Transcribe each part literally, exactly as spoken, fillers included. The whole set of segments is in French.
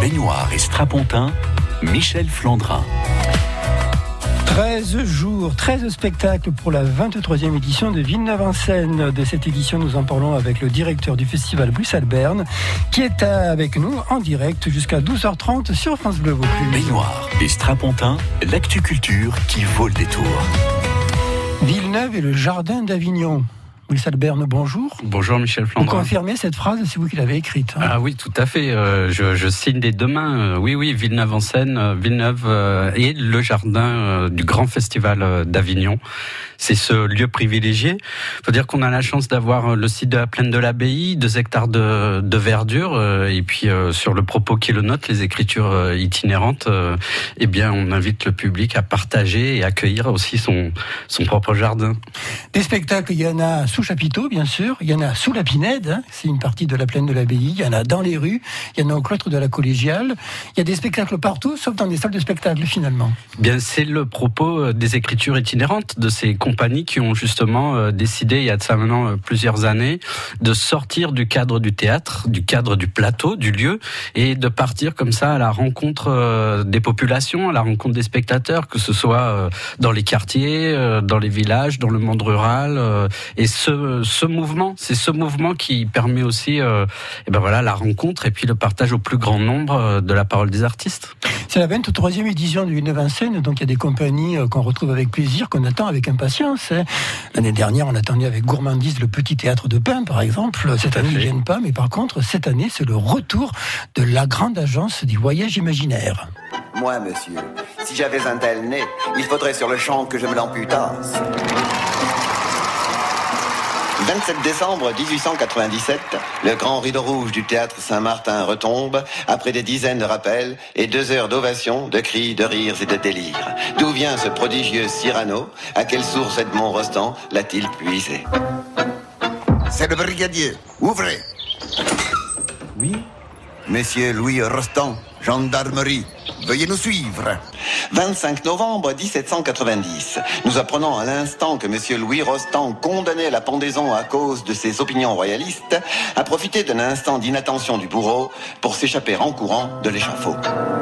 Baignoire et Strapontin, Michel Flandrin. treize jours, treize spectacles pour la vingt-troisième édition de Villeneuve-en-Seine. De cette édition, nous en parlons avec le directeur du festival Bruxelles-Berne, qui est avec nous en direct jusqu'à douze heures trente sur France Bleu Vaucluse. Baignoire et Strapontin, l'actu culture qui vaut le détour. Villeneuve et le jardin d'Avignon. Bruxelles-Berne, bonjour. Bonjour Michel Flandrin. Vous confirmez cette phrase, c'est vous qui l'avez écrite. Hein. Ah oui, tout à fait. Euh, je, je signe des deux mains. Euh, oui, oui, Villeneuve-en-Seine, euh, Villeneuve euh, et le jardin euh, du Grand Festival euh, d'Avignon. C'est ce lieu privilégié. Il faut dire qu'on a la chance d'avoir le site de la Plaine de l'Abbaye, deux hectares de, de verdure, euh, et puis euh, sur le propos qui est le nôtre, les écritures euh, itinérantes. Euh, eh bien, on invite le public à partager et accueillir aussi son son propre jardin. Des spectacles, il y en a sous chapiteau, bien sûr. Il y en a sous la Pinède, hein, c'est une partie de la Plaine de l'Abbaye. Il y en a dans les rues. Il y en a au cloître de la Collégiale. Il y a des spectacles partout, sauf dans des salles de spectacle, finalement. Bien, c'est le propos des écritures itinérantes de ces compagnies qui ont justement euh, décidé, il y a de ça maintenant euh, plusieurs années, de sortir du cadre du théâtre, du cadre du plateau, du lieu, et de partir comme ça à la rencontre euh, des populations, à la rencontre des spectateurs, que ce soit euh, dans les quartiers, euh, dans les villages, dans le monde rural. Euh, et ce, ce mouvement, c'est ce mouvement qui permet aussi euh, et ben voilà, la rencontre et puis le partage au plus grand nombre euh, de la parole des artistes. C'est la vingt-troisième édition du Villeneuve-en-Seine, donc il y a des compagnies qu'on retrouve avec plaisir, qu'on attend avec impatience. L'année dernière, on attendait avec gourmandise le Petit Théâtre de Pin, par exemple. Cette année, ils ne viennent pas, mais par contre, cette année, c'est le retour de la grande agence du voyage imaginaire. Moi, monsieur, si j'avais un tel nez, il faudrait sur le champ que je me l'amputasse. vingt-sept décembre dix-huit cent quatre-vingt-dix-sept, le grand rideau rouge du théâtre Saint-Martin retombe après des dizaines de rappels et deux heures d'ovations, de cris, de rires et de délires. D'où vient ce prodigieux Cyrano? À quelle source Edmond Rostand l'a-t-il puisé? C'est le brigadier. Ouvrez. Oui? Monsieur Louis Rostand, gendarmerie. Veuillez nous suivre. vingt-cinq novembre dix-sept cent quatre-vingt-dix. Nous apprenons à l'instant que monsieur Louis Rostand, condamné à la pendaison à cause de ses opinions royalistes, a profité d'un instant d'inattention du bourreau pour s'échapper en courant de l'échafaud.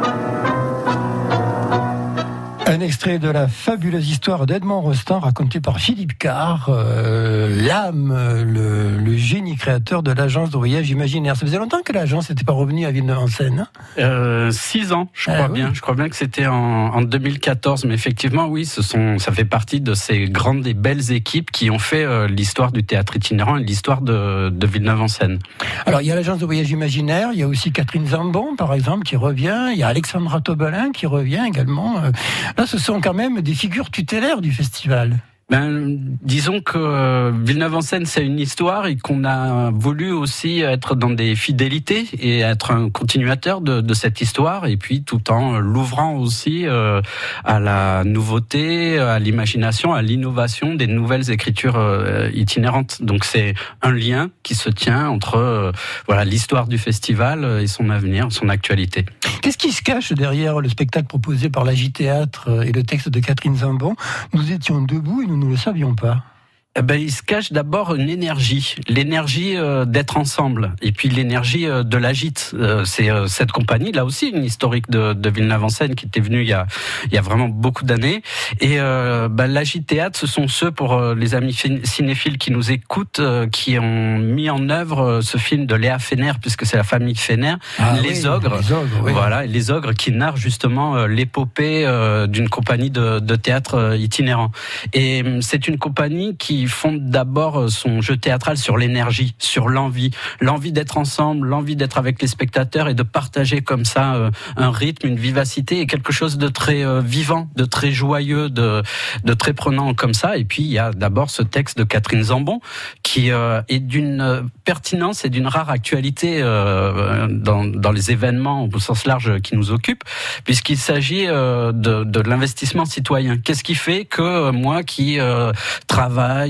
Un extrait de la fabuleuse histoire d'Edmond Rostand racontée par Philippe Carr, euh, l'âme, le, le génie créateur de l'agence de voyage imaginaire. Ça faisait longtemps que l'agence n'était pas revenue à Villeneuve-en-Seine. Euh, six ans, je crois ah, bien. Oui. Je crois bien que c'était en, en deux mille quatorze, mais effectivement, oui, ce sont, ça fait partie de ces grandes et belles équipes qui ont fait euh, l'histoire du théâtre itinérant et l'histoire de, de Villeneuve-en-Seine. Alors, il y a l'agence de voyage imaginaire, il y a aussi Catherine Zambon, par exemple, qui revient. Il y a Alexandra Tobelin qui revient également. Euh, Là, ce sont quand même des figures tutélaires du festival. Ben, disons que Villeneuve-en-Seine, c'est une histoire et qu'on a voulu aussi être dans des fidélités et être un continuateur de, de cette histoire, et puis tout en l'ouvrant aussi euh, à la nouveauté, à l'imagination, à l'innovation des nouvelles écritures euh, itinérantes. Donc c'est un lien qui se tient entre euh, voilà l'histoire du festival et son avenir, son actualité. Qu'est-ce qui se cache derrière le spectacle proposé par l'Agithéâtre et le texte de Catherine Zambon? Nous étions debout et nous ne le savions pas. Eh ben, il se cache d'abord une énergie, l'énergie euh, d'être ensemble, et puis l'énergie euh, de l'Agite. Euh, c'est euh, cette compagnie, là aussi une historique de, de Villeneuve-en-Seine qui était venue il y a, il y a vraiment beaucoup d'années. Et euh, bah, l'Agite Théâtre, ce sont ceux, pour euh, les amis cinéphiles qui nous écoutent, euh, qui ont mis en œuvre euh, ce film de Léa Fener, puisque c'est la famille Fener, ah, les, oui, ogres, les ogres. Oui. Voilà, les ogres qui narrent justement euh, l'épopée euh, d'une compagnie de, de théâtre euh, itinérant. Et euh, c'est une compagnie qui fonde d'abord son jeu théâtral sur l'énergie, sur l'envie, l'envie d'être ensemble, l'envie d'être avec les spectateurs et de partager comme ça euh, un rythme, une vivacité et quelque chose de très euh, vivant, de très joyeux, de, de très prenant comme ça. Et puis il y a d'abord ce texte de Catherine Zambon qui euh, est d'une pertinence et d'une rare actualité euh, dans, dans les événements au sens large qui nous occupent, puisqu'il s'agit euh, de, de l'investissement citoyen. Qu'est-ce qui fait que euh, moi qui euh, travaille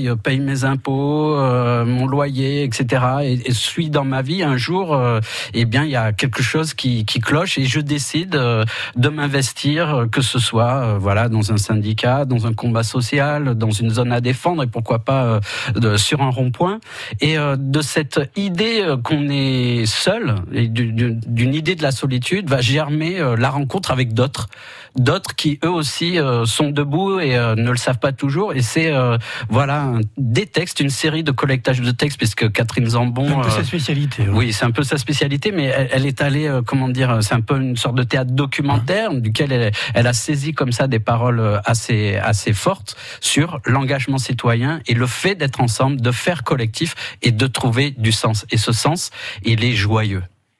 travaille, paye mes impôts, euh, mon loyer, et cetera. Et, et suis dans ma vie. Un jour, euh, eh bien, il y a quelque chose qui, qui cloche et je décide euh, de m'investir, que ce soit, euh, voilà, dans un syndicat, dans un combat social, dans une zone à défendre et pourquoi pas euh, de, sur un rond-point. Et euh, de cette idée qu'on est seul, et d'une, d'une idée de la solitude, va germer euh, la rencontre avec d'autres, d'autres qui eux aussi euh, sont debout et euh, ne le savent pas toujours. Et c'est euh, voilà un, des textes, une série de collectage de textes, puisque Catherine Zambon, c'est un peu euh, sa spécialité. Ouais. Oui, c'est un peu sa spécialité, mais elle, elle est allée, euh, comment dire, c'est un peu une sorte de théâtre documentaire mmh. duquel elle, elle a saisi comme ça des paroles assez assez fortes sur l'engagement citoyen et le fait d'être ensemble, de faire collectif et de trouver du sens. Et ce sens, il est joyeux.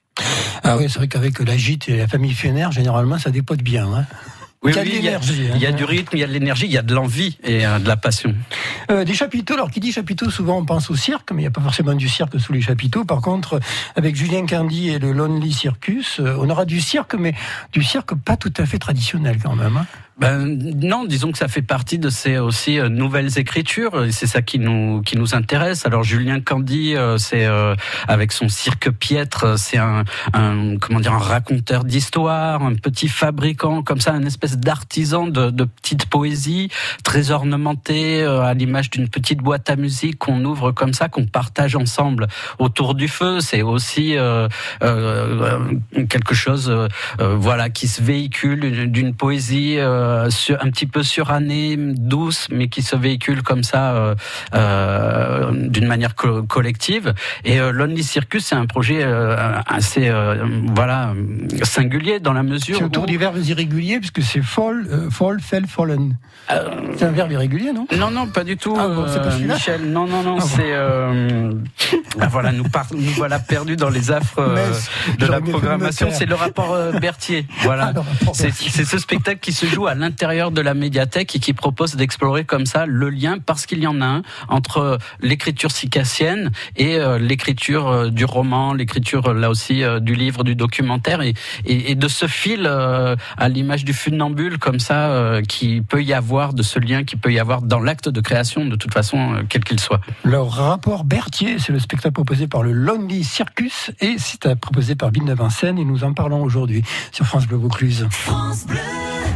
Ah oui, c'est vrai qu'avec la gîte et la famille Fener, généralement, ça dépote bien. Hein. Oui, il y a oui, de l'énergie. Il y, a, il y a du rythme, il y a de l'énergie, il y a de l'envie et euh, de la passion. Euh, des chapiteaux, alors qui dit chapiteau, souvent on pense au cirque, mais il n'y a pas forcément du cirque sous les chapiteaux. Par contre, avec Julien Candy et le Lonely Circus, euh, on aura du cirque, mais du cirque pas tout à fait traditionnel quand même. Hein. Ben non, disons que ça fait partie de ces aussi euh, nouvelles écritures. Et c'est ça qui nous qui nous intéresse. Alors Julien Candy, euh, c'est euh, avec son cirque piètre, c'est un, un comment dire un raconteur d'histoire, un petit fabricant comme ça, un espèce d'artisan de, de petite poésie très ornementée euh, à l'image d'une petite boîte à musique qu'on ouvre comme ça, qu'on partage ensemble autour du feu. C'est aussi euh, euh, quelque chose, euh, voilà, qui se véhicule d'une poésie. Euh, Sur, un petit peu surannée, douce, mais qui se véhicule comme ça euh, euh, d'une manière co- collective. Et euh, Lonely Circus, c'est un projet euh, assez euh, voilà singulier dans la mesure. C'est autour où... des verbes irréguliers, puisque c'est fall, euh, fall, fell, fallen. Euh... C'est un verbe irrégulier, non ? Non, non, pas du tout. Ah, bon, c'est pas celui-là ? Michel, non, non, non, ah, c'est euh... ah, voilà, nous, par... nous voilà perdus dans les affres euh, de la programmation. C'est le rapport euh, Berthier. Voilà, ah, rapport c'est, Berthier. C'est ce spectacle qui se joue à l'intérieur de la médiathèque et qui propose d'explorer comme ça le lien, parce qu'il y en a un, entre l'écriture circassienne et euh, l'écriture euh, du roman, l'écriture là aussi euh, du livre, du documentaire, et, et, et de ce fil euh, à l'image du funambule comme ça euh, qui peut y avoir, de ce lien qui peut y avoir dans l'acte de création de toute façon, euh, quel qu'il soit. Le rapport Berthier, c'est le spectacle proposé par le Lonely Circus et c'est proposé par Villeneuve-en-Seine et nous en parlons aujourd'hui sur France Bleu Vaucluse. France Bleu.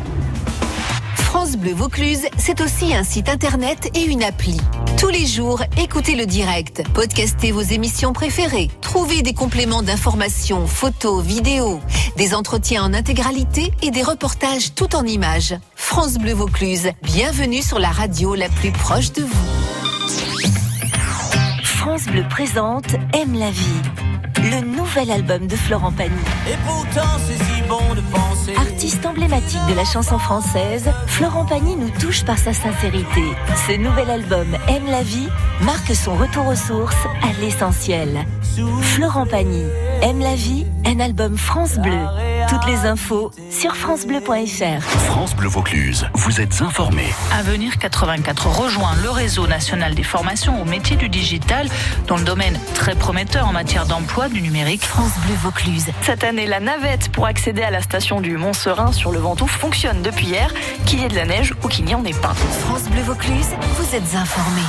France Bleu Vaucluse, c'est aussi un site internet et une appli. Tous les jours, écoutez le direct, podcastez vos émissions préférées, trouvez des compléments d'informations, photos, vidéos, des entretiens en intégralité et des reportages tout en images. France Bleu Vaucluse, bienvenue sur la radio la plus proche de vous. France Bleu présente Aime la vie, le nouvel album de Florent Pagny. Et pourtant c'est si bon de penser. Artiste emblématique de la chanson française, Florent Pagny nous touche par sa sincérité. Ce nouvel album Aime la vie marque son retour aux sources, à l'essentiel. Florent Pagny, Aime la vie, un album France Bleu. Toutes les infos sur francebleu point f r. France Bleu Vaucluse, vous êtes informés. Avenir quatre-vingt-quatre rejoint le réseau national des formations au métier du digital dans le domaine très prometteur en matière d'emploi du numérique. France Bleu Vaucluse. Cette année, la navette pour accéder à la station du Mont-Serein sur le Ventoux fonctionne depuis hier, qu'il y ait de la neige ou qu'il n'y en ait pas. France Bleu Vaucluse, vous êtes informés.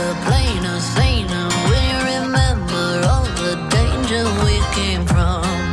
Plain or saner, will you remember all the danger we came from?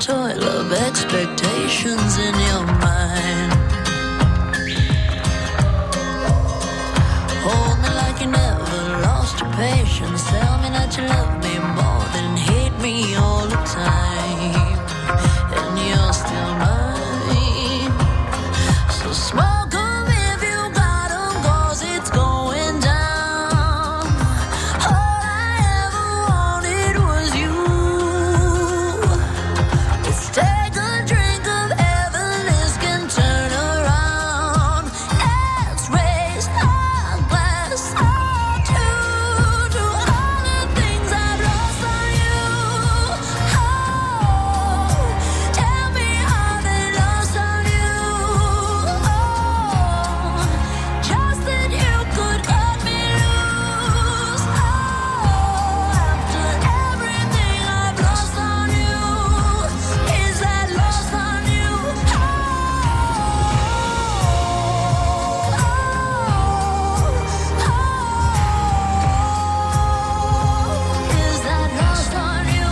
toil of expectations in your mind. Hold me like you never lost your patience. Tell me that you love me more than hate me all the time. And you're still mine. So smoke 'em if you got 'em, 'cause it's going down. All I ever wanted was you. Let's take a drink of heaven, this can turn around. Let's raise our glass or two to all the things I've lost on you. Oh, tell me how they lost on you. Oh, just that you could cut me loose. Oh, after everything I've lost on you, is that lost on you? Oh, oh, is that lost on you?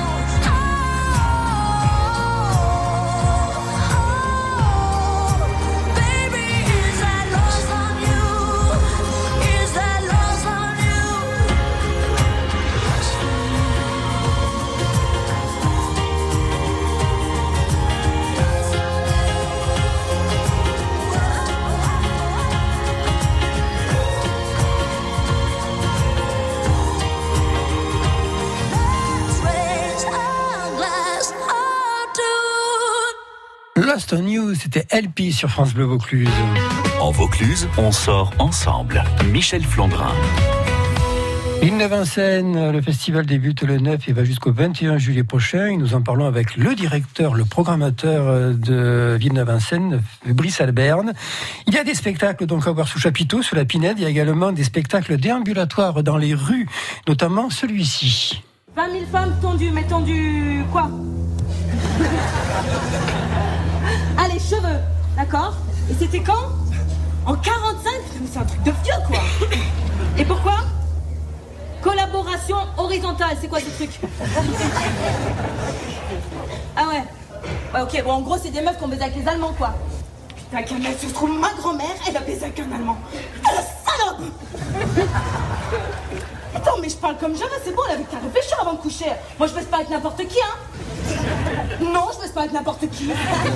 Oh, baby, is that lost on you? Is that lost on you? Let's raise our glass or two. Lost on You, c'était L P sur France Bleu Vaucluse. En Vaucluse, on sort ensemble. Michel Flandrin. Villeneuve-en-Seine, le festival débute le neuf et va jusqu'au vingt et un juillet prochain. Et nous en parlons avec le directeur, le programmateur de Villeneuve-en-Seine, Brice Alberne. Il y a des spectacles donc à voir sous chapiteau, sous la Pinède. Il y a également des spectacles déambulatoires dans les rues, notamment celui-ci. vingt mille femmes tendues, mais tendues quoi? Ah, les cheveux, d'accord? Et c'était quand? En quarante-cinq? Mais c'est un truc de vieux, quoi. Et pourquoi? Collaboration horizontale, c'est quoi ce truc? Ah ouais. Ouais, ok, bon, en gros, c'est des meufs qui ont baisé avec les Allemands, quoi. Putain, qu'un mec, se trouve, ma grand-mère, elle a baisé avec un Allemand. Ah, la salope! Attends, mais je parle comme jamais, c'est bon, elle avait qu'à réfléchir avant de coucher. Moi, je baisse pas avec n'importe qui, hein. Non, je baisse pas avec n'importe qui.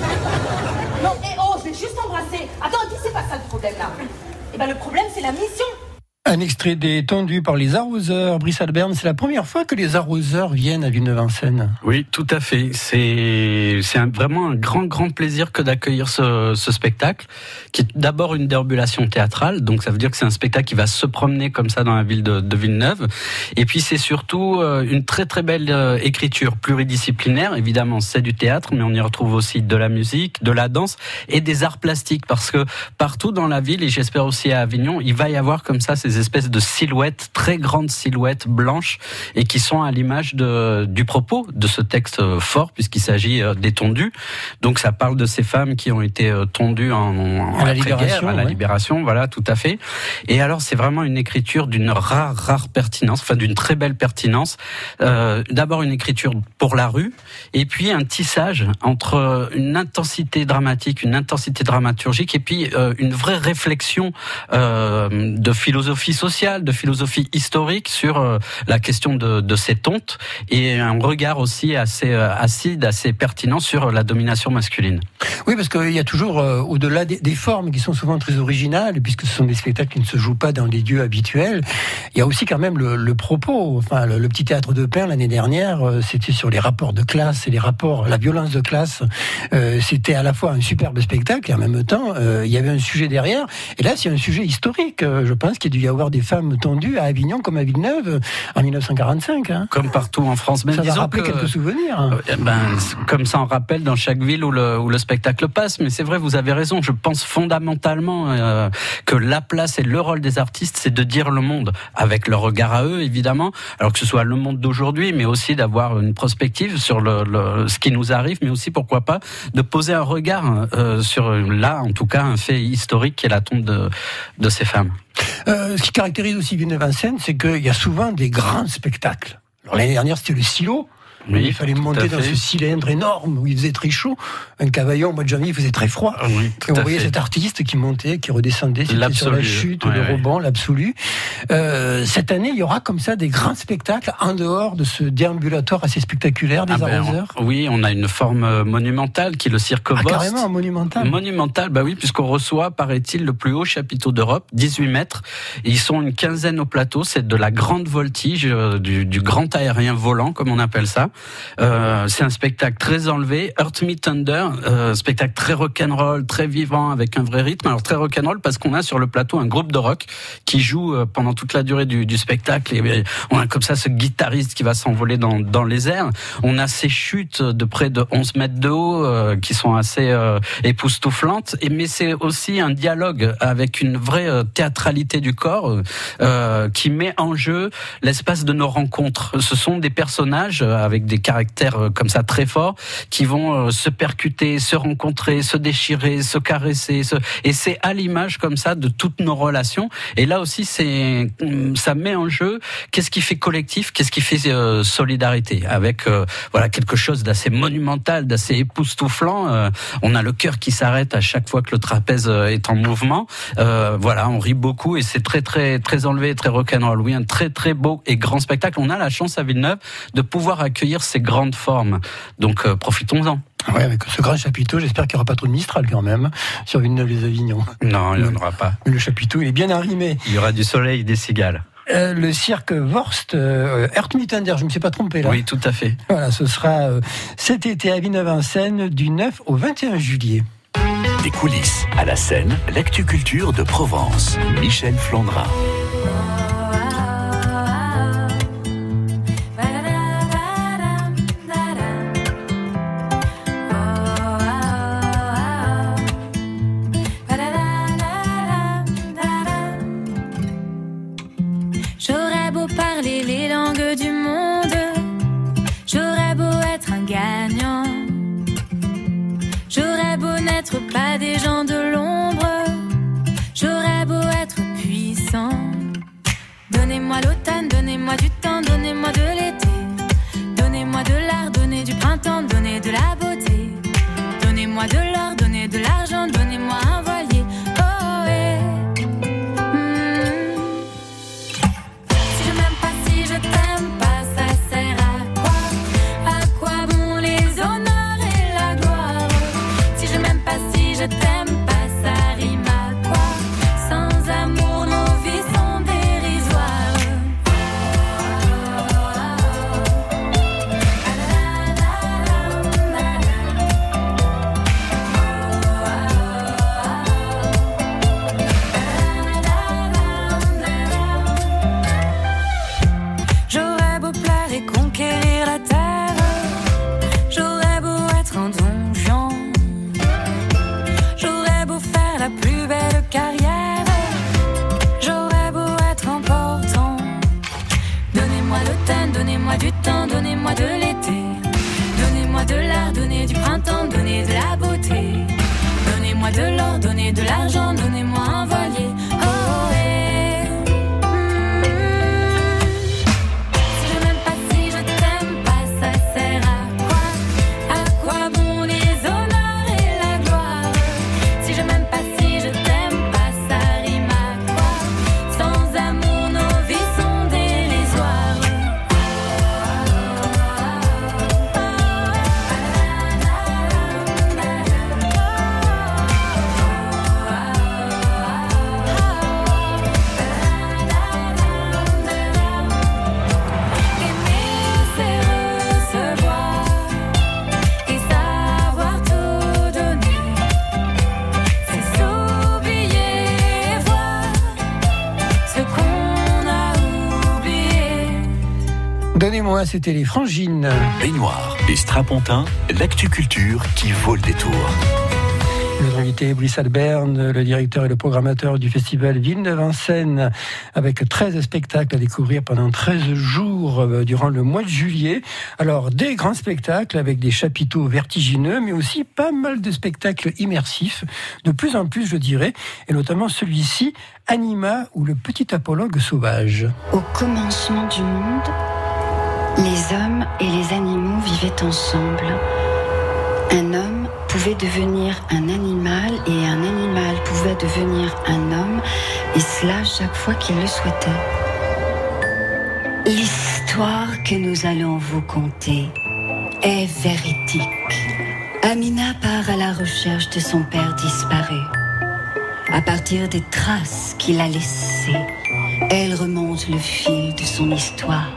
Non, et oh, je l'ai juste embrassé. Attends, dis, c'est pas ça le problème, là. Eh ben, le problème, c'est la mission. Un extrait des Tendus par les arroseurs. Brice Alberne, c'est la première fois que les arroseurs viennent à Villeneuve-en-Seine. Oui, tout à fait. C'est, c'est un, vraiment un grand, grand plaisir que d'accueillir ce, ce spectacle, qui est d'abord une déambulation théâtrale. Donc, ça veut dire que c'est un spectacle qui va se promener comme ça dans la ville de, de Villeneuve. Et puis, c'est surtout une très, très belle écriture pluridisciplinaire. Évidemment, c'est du théâtre, mais on y retrouve aussi de la musique, de la danse et des arts plastiques. Parce que partout dans la ville, et j'espère aussi à Avignon, il va y avoir comme ça ces espèces de silhouettes, très grandes silhouettes blanches, et qui sont à l'image de, du propos de ce texte fort, puisqu'il s'agit des tondus. Donc ça parle de ces femmes qui ont été tondues en, en à la libération, à la ouais. libération, voilà, tout à fait. Et alors c'est vraiment une écriture d'une rare, rare pertinence, enfin d'une très belle pertinence. Euh, d'abord une écriture pour la rue, et puis un tissage entre une intensité dramatique, une intensité dramaturgique, et puis euh, une vraie réflexion euh, de philosophie sociale, de philosophie historique sur euh, la question de, de ces tontes, et un regard aussi assez euh, acide, assez pertinent sur la domination masculine. Oui, parce qu'il y a toujours, euh, au-delà des, des formes qui sont souvent très originales, puisque ce sont des spectacles qui ne se jouent pas dans des lieux habituels, il y a aussi quand même le, le propos. Enfin, le, le petit théâtre de Pin, l'année dernière, euh, c'était sur les rapports de classe et les rapports, la violence de classe. Euh, c'était à la fois un superbe spectacle et en même temps, euh, il y avait un sujet derrière. Et là, c'est un sujet historique. Euh, je pense qu'il y a dû y avoir des femmes tendues à Avignon comme à Villeneuve en dix-neuf cent quarante-cinq. Hein. Comme partout en France. Même ça va disons rappeler que, quelques souvenirs. Hein. Euh, ben, comme ça en rappelle dans chaque ville où le, où le spectacle passe. Mais c'est vrai, vous avez raison. Je pense fondamentalement euh, que la place et le rôle des artistes, c'est de dire le monde, avec leur regard à eux, évidemment. Alors que ce soit le monde d'aujourd'hui, mais aussi d'avoir une prospective sur le, le, ce qui nous arrive, mais aussi, pourquoi pas, de poser un regard euh, sur, là, en tout cas, un fait historique qui est la tombe de, de ces femmes. Euh, ce qui caractérise aussi Villeneuve-en-Seine, c'est qu'il y a souvent des grands spectacles. Alors, l'année dernière, c'était le Silo. Oui, il fallait monter dans ce cylindre énorme où il faisait très chaud. Un cavaillon, au mois de janvier, il faisait très froid. Oui, et on voyait cet artiste qui montait, qui redescendait, c'était sur la chute, ouais, le ouais. rebond, l'absolu. Euh, cette année, il y aura comme ça des grands spectacles en dehors de ce déambulatoire assez spectaculaire des ah ben, arroseurs. On, oui, on a une forme monumentale qui est le Cirque Vost. Ah, carrément, monumental. Monumental, bah oui, puisqu'on reçoit, paraît-il, le plus haut chapiteau d'Europe, dix-huit mètres. Et ils sont une quinzaine au plateau. C'est de la grande voltige, euh, du, du grand aérien volant, comme on appelle ça. Euh, c'est un spectacle très enlevé. Earth Me Thunder, euh, spectacle très rock'n'roll, très vivant, avec un vrai rythme. Alors très rock'n'roll parce qu'on a sur le plateau un groupe de rock qui joue euh, pendant toute la durée du, du spectacle. Et on a comme ça ce guitariste qui va s'envoler dans, dans les airs. On a ces chutes de près de onze mètres de haut euh, qui sont assez euh, époustouflantes. Et mais c'est aussi un dialogue avec une vraie euh, théâtralité du corps euh, qui met en jeu l'espace de nos rencontres. Ce sont des personnages avec des caractères comme ça très forts qui vont se percuter, se rencontrer, se déchirer, se caresser, se... et c'est à l'image comme ça de toutes nos relations. Et là aussi, c'est ça met en jeu qu'est-ce qui fait collectif, qu'est-ce qui fait euh, solidarité, avec euh, voilà quelque chose d'assez monumental, d'assez époustouflant. Euh, on a le cœur qui s'arrête à chaque fois que le trapèze est en mouvement. Euh, voilà, on rit beaucoup et c'est très très très enlevé, très rock'n'roll. Oui, un très très beau et grand spectacle. On a la chance à Villeneuve de pouvoir accueillir ces grandes formes. Donc euh, profitons-en. Ouais, avec ce grand chapiteau, j'espère qu'il n'y aura pas trop de Mistral quand même sur Villeneuve-les-Avignon. Non, il n'y en aura pas. Le chapiteau, il est bien arrimé. Il y aura du soleil et des cigales. Euh, le cirque Vost, euh, Earth Me Thunder, je ne me suis pas trompé là. Oui, tout à fait. Voilà, ce sera euh, cet été à Villeneuve-en-Seine du neuf au vingt et un juillet. Des coulisses à la scène, l'actu culture de Provence. Michel Flandrin. J'aurais beau parler les langues du monde, j'aurais beau être un gagnant, j'aurais beau n'être pas des gens de l'ombre, j'aurais beau être puissant. Donnez-moi l'automne, donnez-moi du temps, donnez-moi de l'été, donnez-moi de l'art, donnez du printemps, donnez de la beauté, donnez-moi de l'or, donnez de l'argent, donnez-moi un voilier. Oh, eh. Je t'aime pas, ça rime à quoi? Sans amour, nos vies sont dérisoires. J'aurais beau plaire et conquérir la terre, j'aurais beau être un donjon, j'aurais beau faire la plus belle carrière, j'aurais beau être important. Donnez-moi l'automne, donnez-moi du temps, donnez-moi de l'été, donnez-moi de l'art, donnez du printemps, donnez de la beauté, donnez-moi de l'or, donnez de l'argent, donnez-moi un voilier. Oh, eh. Donnez-moi, c'était les Frangines. Baignoire et Strapontin, l'actu culture qui vaut le détour. Notre invité est Brice Alberne, le directeur et le programmateur du festival Villeneuve-en-Seine, avec treize spectacles à découvrir pendant treize jours durant le mois de juillet. Alors, des grands spectacles avec des chapiteaux vertigineux, mais aussi pas mal de spectacles immersifs, de plus en plus, je dirais, et notamment celui-ci, Anima ou le petit apologue sauvage. Au commencement du monde, Les hommes et les animaux vivaient ensemble. Un homme pouvait devenir un animal et un animal pouvait devenir un homme, et cela chaque fois qu'il le souhaitait. L'histoire que nous allons vous conter est véridique. Amina part à la recherche de son père disparu. À partir des traces qu'il a laissées, elle remonte le fil de son histoire.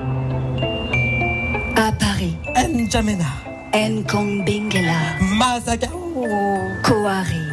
À Paris, N'Djamena, Nkombingela, Mazagao, Koari.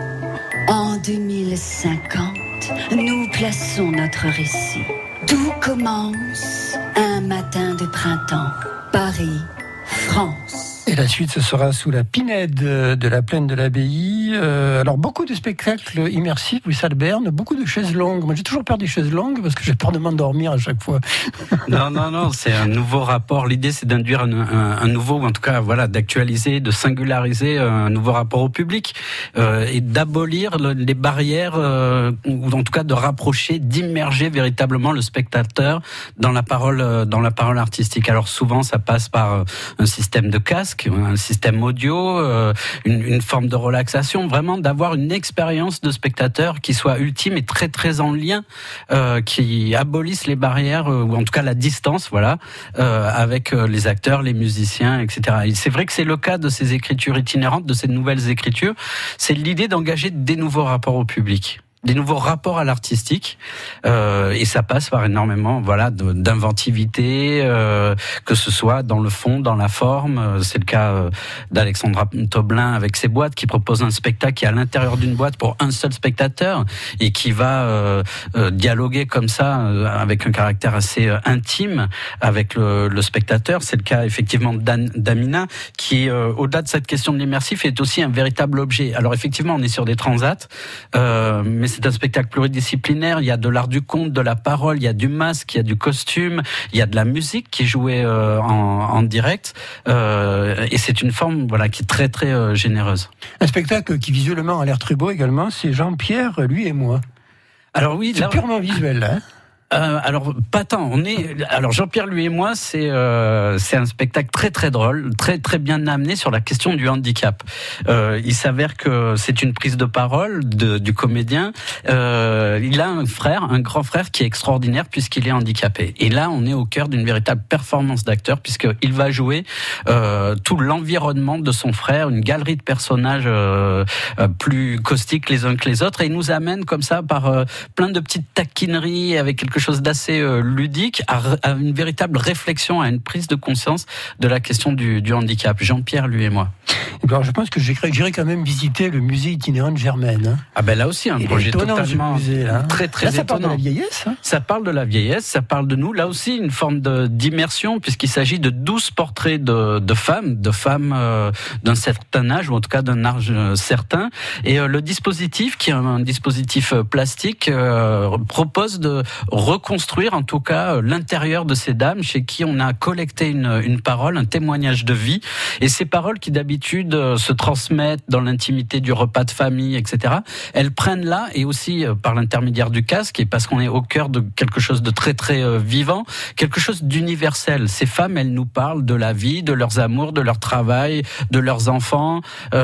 En deux mille cinquante, nous plaçons notre récit. Tout commence un matin de printemps. Paris, France. Et la suite, ce sera sous la pinède de la plaine de l'Abbaye. Euh, alors, beaucoup de spectacles immersifs, Louis Alberne, beaucoup de chaises longues. Moi, j'ai toujours peur des chaises longues parce que j'ai peur de m'endormir à chaque fois. Non, non, non, c'est un nouveau rapport. L'idée, c'est d'induire un, un, un nouveau, ou en tout cas, voilà, d'actualiser, de singulariser un nouveau rapport au public euh, et d'abolir le, les barrières, euh, ou en tout cas de rapprocher, d'immerger véritablement le spectateur dans la parole, dans la parole artistique. Alors souvent, ça passe par un système de casque, un système audio, euh, une, une forme de relaxation, vraiment d'avoir une expérience de spectateur qui soit ultime et très très en lien, euh, qui abolisse les barrières, euh, ou en tout cas la distance, voilà, euh, avec euh, les acteurs, les musiciens, et cetera. Et c'est vrai que c'est le cas de ces écritures itinérantes, de ces nouvelles écritures, c'est l'idée d'engager des nouveaux rapports au public, des nouveaux rapports à l'artistique, euh, et ça passe par énormément, voilà, de, d'inventivité, euh, que ce soit dans le fond, dans la forme. C'est le cas euh, d'Alexandra Toblin avec ses boîtes, qui propose un spectacle qui est à l'intérieur d'une boîte pour un seul spectateur et qui va euh, euh, dialoguer comme ça, euh, avec un caractère assez euh, intime avec le, le spectateur. C'est le cas effectivement d'An- d'Amina, qui, euh, au-delà de cette question de l'immersif, est aussi un véritable objet. Alors effectivement, on est sur des transats, euh, mais c'est un spectacle pluridisciplinaire. Il y a de l'art du conte, de la parole, il y a du masque, il y a du costume, il y a de la musique qui est jouée euh, en, en direct, euh, et c'est une forme, voilà, qui est très très euh, généreuse. Un spectacle qui visuellement a l'air très beau également, c'est Jean-Pierre, lui et moi. Alors oui, c'est là, purement visuel, hein. Euh, alors pas tant. On est alors Jean-Pierre, lui et moi, c'est euh, c'est un spectacle très très drôle, très très bien amené sur la question du handicap. Euh, il s'avère que c'est une prise de parole de, du comédien. Euh, il a un frère, un grand frère qui est extraordinaire puisqu'il est handicapé. Et là, on est au cœur d'une véritable performance d'acteur puisqu'il va jouer euh, tout l'environnement de son frère, une galerie de personnages euh, euh, plus caustiques les uns que les autres, et il nous amène comme ça par euh, plein de petites taquineries avec quelque chose d'assez euh, ludique, à, à une véritable réflexion, à une prise de conscience de la question du, du handicap. Jean-Pierre, lui et moi. Alors, je pense que j'irai, j'irai quand même visiter le musée itinérant de Germaine. Hein. Ah ben là aussi, un Il projet étonnant, totalement musée, là. très très là, ça étonnant. parle de la vieillesse. Hein. Ça parle de la vieillesse, ça parle de nous. Là aussi, une forme de, d'immersion, puisqu'il s'agit de douze portraits de, de femmes, de femmes euh, d'un certain âge, ou en tout cas d'un âge euh, certain. Et euh, le dispositif, qui est un, un dispositif euh, plastique, euh, propose de reconstruire en tout cas euh, l'intérieur de ces dames chez qui on a collecté une, une parole, un témoignage de vie. Et ces paroles qui d'habitude euh, se transmettent dans l'intimité du repas de famille, et cetera, elles prennent là, et aussi euh, par l'intermédiaire du casque, et parce qu'on est au cœur de quelque chose de très très euh, vivant, quelque chose d'universel. Ces femmes, elles nous parlent de la vie, de leurs amours, de leur travail, de leurs enfants,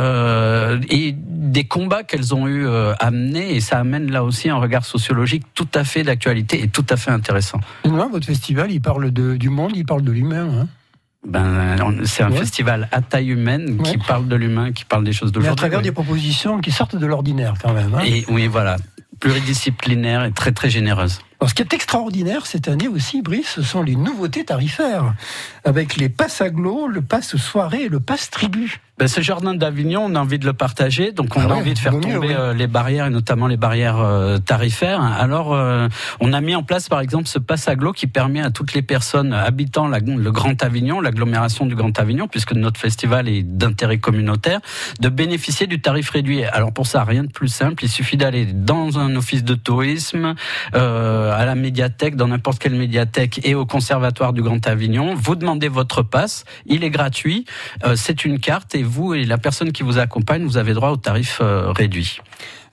euh, et des combats qu'elles ont eu euh, à mener, et ça amène là aussi un regard sociologique tout à fait d'actualité et tout à fait intéressant. Non, votre festival, il parle de, du monde, il parle de l'humain. Hein. Ben, c'est un ouais. festival à taille humaine qui ouais. parle de l'humain, qui parle des choses d'aujourd'hui. Mais à travers oui. des propositions qui sortent de l'ordinaire quand même. Hein. Et oui, voilà, pluridisciplinaire et très très généreuse. Alors, ce qui est extraordinaire cette année aussi, Brice, ce sont les nouveautés tarifaires, avec les passes agglo, le passe soirée et le passe tribu. Ben, ce jardin d'Avignon, on a envie de le partager, donc on ah a ouais, envie de faire tomber mieux, oui. euh, les barrières, et notamment les barrières euh, tarifaires. Alors, euh, on a mis en place, par exemple, ce passe agglo qui permet à toutes les personnes habitant la, le Grand Avignon, l'agglomération du Grand Avignon, puisque notre festival est d'intérêt communautaire, de bénéficier du tarif réduit. Alors pour ça, rien de plus simple, il suffit d'aller dans un office de tourisme, euh, à la médiathèque, dans n'importe quelle médiathèque, et au conservatoire du Grand Avignon. Vous demandez votre passe, il est gratuit, euh, c'est une carte, et vous et la personne qui vous accompagne, vous avez droit au tarif euh, réduit.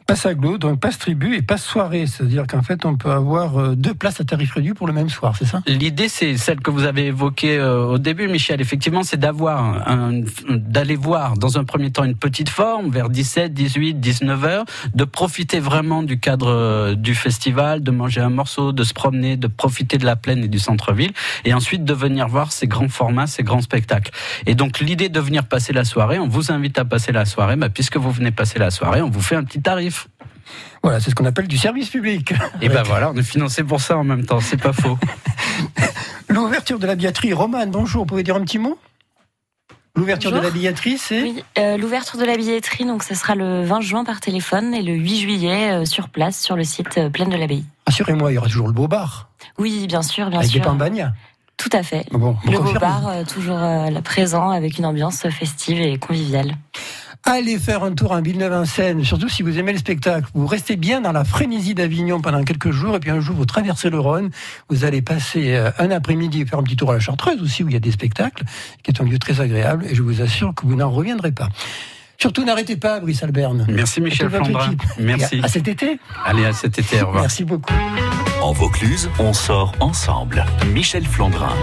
Passe aglo, donc passe tribu et passe soirée. C'est-à-dire qu'en fait, on peut avoir deux places à tarif réduit pour le même soir, c'est ça ? L'idée, c'est celle que vous avez évoquée euh, au début, Michel. Effectivement, c'est d'avoir un, d'aller voir dans un premier temps une petite forme vers dix-sept, dix-huit, dix-neuf heures, de profiter vraiment du cadre euh, du festival, de manger un morceau, de se promener, de profiter de la plaine et du centre-ville, et ensuite de venir voir ces grands formats, ces grands spectacles. Et donc, l'idée de venir passer la soirée, on vous invite à passer la soirée, bah, puisque vous venez passer la soirée, on vous fait un petit tarif. Voilà, c'est ce qu'on appelle du service public. Et ben voilà, on est financé pour ça en même temps, c'est pas faux. L'ouverture de la billetterie, Romane, bonjour, vous pouvez dire un petit mot ? L'ouverture Bonjour. de la billetterie, c'est Oui, euh, l'ouverture de la billetterie, donc ce sera le vingt juin par téléphone et le huit juillet euh, sur place sur le site euh, Plaine de l'Abbaye. Rassurez-moi, il y aura toujours le beau bar. Oui, bien sûr, bien avec sûr. des pambagnas. Tout à fait. Bon, le beau confirme. bar euh, toujours euh, là, présent avec une ambiance festive et conviviale. Allez faire un tour à Villeneuve-en-Seine, surtout si vous aimez le spectacle. Vous restez bien dans la frénésie d'Avignon pendant quelques jours, et puis un jour vous traversez le Rhône, vous allez passer un après-midi faire un petit tour à la Chartreuse aussi, où il y a des spectacles, qui est un lieu très agréable, et je vous assure que vous n'en reviendrez pas. Surtout n'arrêtez pas, Brice Alberne. Merci Michel Flandrin. Merci. À cet été. Allez, à cet été, au revoir. Merci beaucoup. En Vaucluse, on sort ensemble. Michel Flandrin.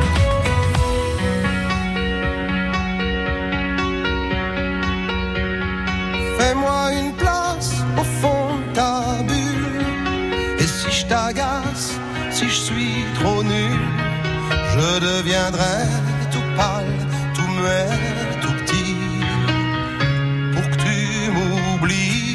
Fais-moi une place au fond de ta bulle. Et si je t'agace, si je suis trop nul, je deviendrai tout pâle, tout muet, tout petit, pour que tu m'oublies.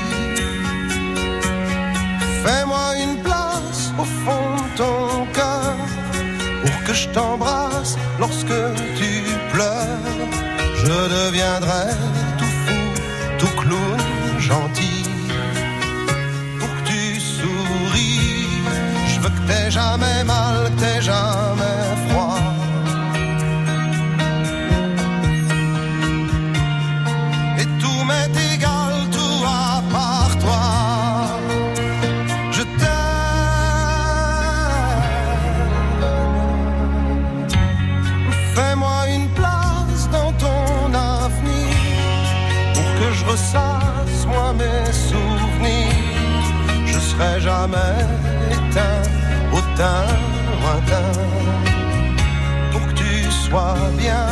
Fais-moi une place au fond de ton cœur, pour que je t'embrasse lorsque tu pleures. Je deviendrai tout tout clown gentil, pour que tu souris. Je veux que t'aies jamais mal, que t'aies jamais froid. Et tout m'est égal, tout à part toi. Je t'aime. Fais-moi une place dans ton avenir, que je ressasse moi mes souvenirs. Je serai jamais éteint au teint lointain, pour que tu sois bien.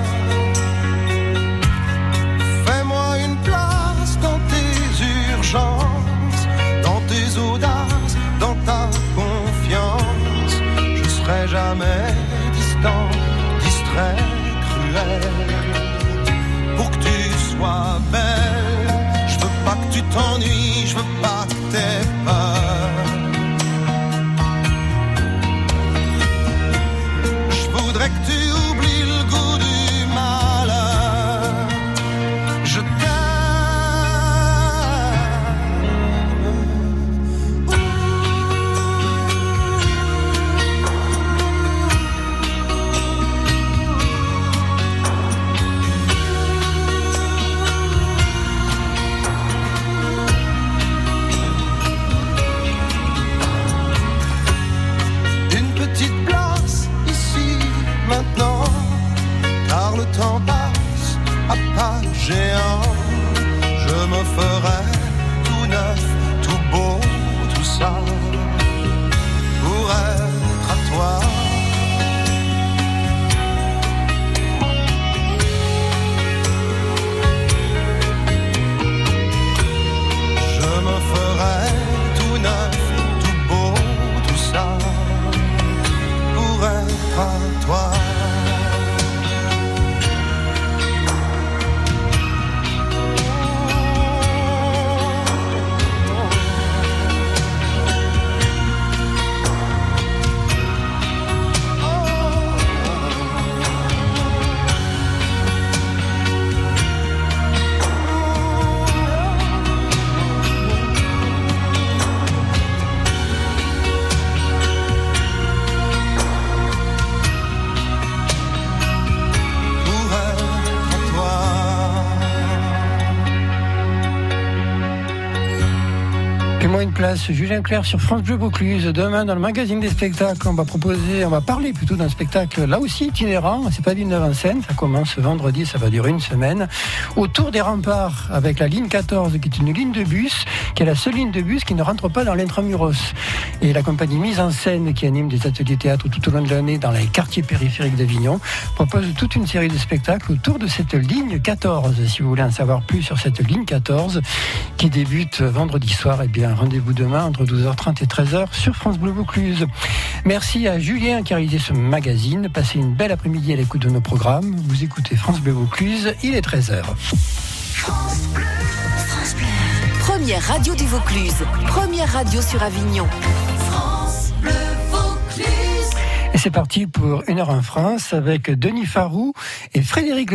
Fais-moi une place dans tes urgences, dans tes audaces, dans ta confiance. Je serai jamais distant, distrait, cruel, pour que tu sois belle. Je veux pas que tu t'ennuies, je veux pas que t'aies peur. Je voudrais que tu oublies le goût du malheur. Je place Julien Clerc sur France Bleu Vaucluse. Demain, dans le magazine des spectacles, on va proposer, on va parler plutôt d'un spectacle là aussi itinérant. C'est pas Villeneuve-en-Seine, ça commence vendredi, ça va durer une semaine. Autour des remparts, avec la ligne quatorze, qui est une ligne de bus, qui est la seule ligne de bus qui ne rentre pas dans l'intramuros. Et la compagnie Mise en Scène, qui anime des ateliers théâtre tout au long de l'année dans les quartiers périphériques d'Avignon, propose toute une série de spectacles autour de cette ligne quatorze. Si vous voulez en savoir plus sur cette ligne quatorze, qui débute vendredi soir, eh bien, rendez-vous demain entre douze heures trente et treize heures sur France Bleu Vaucluse. Merci à Julien qui a réalisé ce magazine. Passez une belle après-midi à l'écoute de nos programmes. Vous écoutez France Bleu Vaucluse, il est treize heures. France Bleu. France Bleu. Première radio du Vaucluse. Première radio sur Avignon. France Bleu Vaucluse. Et c'est parti pour une heure en France avec Denis Farou et Frédéric